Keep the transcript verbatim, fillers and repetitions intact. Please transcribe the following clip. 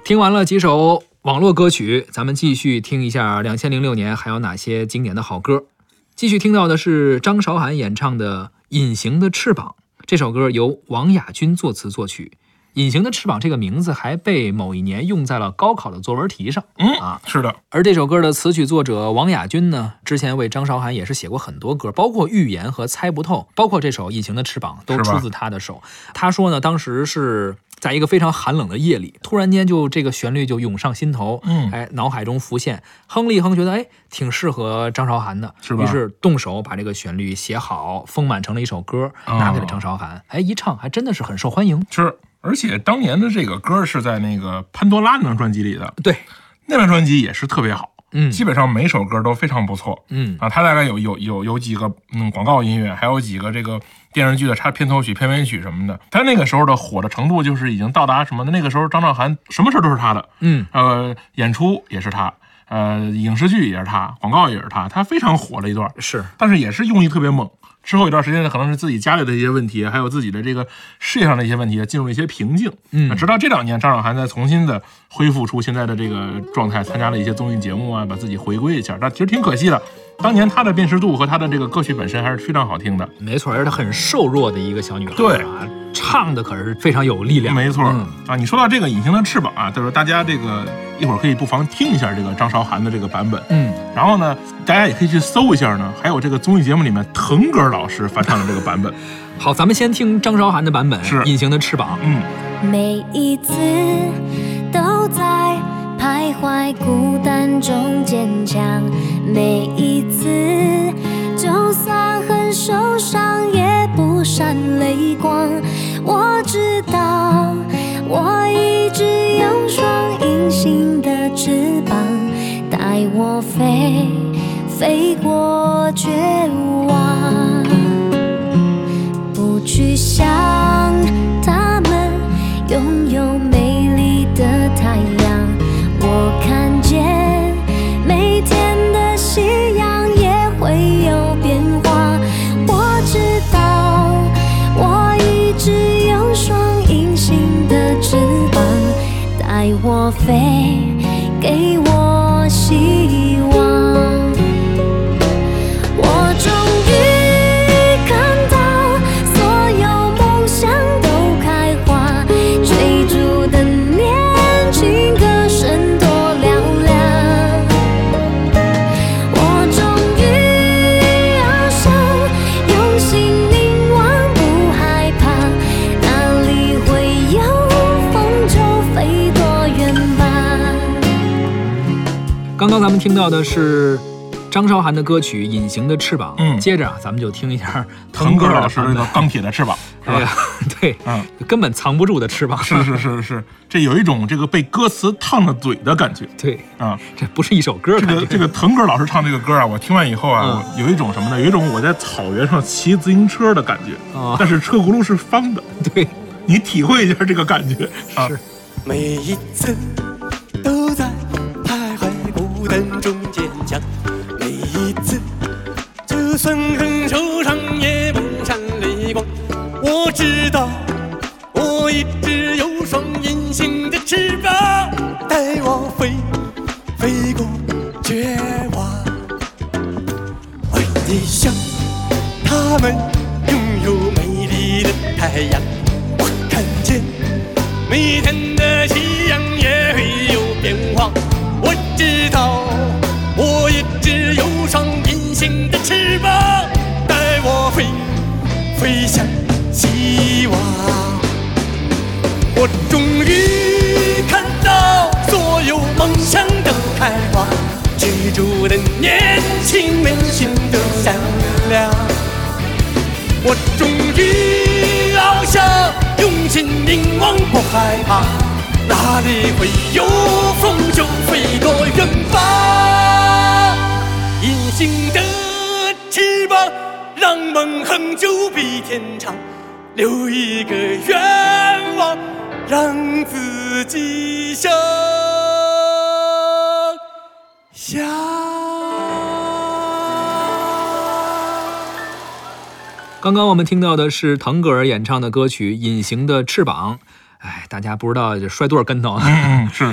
听完了几首网络歌曲，咱们继续听一下两千零六年还有哪些经典的好歌。继续听到的是张韶涵演唱的《隐形的翅膀》，这首歌由王雅君作词作曲。隐形的翅膀这个名字还被某一年用在了高考的作文题上。 嗯啊， 是的。 而这首歌的词曲作者王雅君呢，之前为张韶涵也是写过很多歌，包括《预言》和《猜不透》，包括这首《隐形的翅膀》都出自他的手。他说呢，当时是在一个非常寒冷的夜里，突然间就这个旋律就涌上心头， 嗯， 哎，脑海中浮现，哼了一哼，觉得哎挺适合张韶涵的， 是吧？ 于是动手把这个旋律写好，丰满成了一首歌，拿给了张韶涵。哦、哎，一唱还真的是很受欢迎。 是。而且当年的这个歌是在那个潘多拉那张专辑里的， 对， 那张专辑也是特别好， 嗯， 基本上每首歌都非常不错， 嗯啊，它大概有有有有几个嗯广告音乐，还有几个这个电视剧的插片头曲、片尾曲什么的。它那个时候的火的程度就是已经到达什么的？那个时候张韶涵什么事都是他的， 嗯， 呃，演出也是他，呃，影视剧也是他，广告也是他，他非常火了一段， 是， 但是也是用意特别猛。之后一段时间呢，可能是自己家里的一些问题，还有自己的这个事业上的一些问题，进入了一些瓶颈。 嗯， 直到这两年，张韶涵再重新的恢复出现在的这个状态，参加了一些综艺节目啊，把自己回归一下。但其实挺可惜的，当年她的辨识度和她的这个歌曲本身还是非常好听的。 没错，而且她很瘦弱的一个小女孩， 对啊，唱的可是非常有力量。 没错、 嗯、 啊，你说到这个隐形的翅膀啊，就是大家这个一会儿可以不妨听一下这个张韶涵的这个版本。 嗯， 然后呢，大家也可以去搜一下呢，还有这个综艺节目里面腾格尔老师翻唱的这个版本。 好，咱们先听张韶涵的版本， 是 《隐形的翅膀》。 嗯， 每一次都在徘徊孤单中坚强，每一次就算很受伤也不闪泪光。我知道我一直有双隐形的翅膀，带我飞飞过绝望，不去想他们拥有美丽的太阳。我看见每天的夕阳也会有变化。我知道我一直有双隐形的翅膀，带我飞，给我希望。我终于看到所有梦想都开花，追逐的年轻歌声多嘹亮。我终于翱翔，用心凝望，不害怕，哪里会有风就飞多远吧。 刚刚咱们听到的是张韶涵的歌曲《隐形的翅膀》， 嗯， 接着啊，咱们就听一下腾格尔尔老师的那个钢铁的翅膀，是吧？ 哎呀，对， 嗯， 根本藏不住的翅膀， 是是是是，这有一种这个被歌词烫了嘴的感觉， 对啊， 这不是一首歌， 这个这个腾格尔老师唱这个歌啊，我听完以后啊， 嗯、 有一种什么呢？有一种我在草原上骑自行车的感觉， 啊， 但是车轱辘是方的， 对， 你体会一下这个感觉啊。 是， 每一次都在徘徊孤单中坚强，每一次就算很受伤也不闪泪光。我知道我一直有双隐形的翅膀，带我飞飞过绝望。为你想他们拥有美丽的太阳，我看见每天的夕阳也会有变化。我知道我一直有双隐形的翅膀，带我飞飞向希望。我终于看到所有梦想都开花，追逐的年轻们心都闪亮。我终于翱翔，用心凝望，不害怕，哪里会有风就飞多远吧。隐形的翅膀，让梦恒久比天长，留一个愿望，让自己想象。 刚刚我们听到的是腾格尔演唱的歌曲《隐形的翅膀》。哎，大家不知道摔多少跟头啊！ 嗯，是。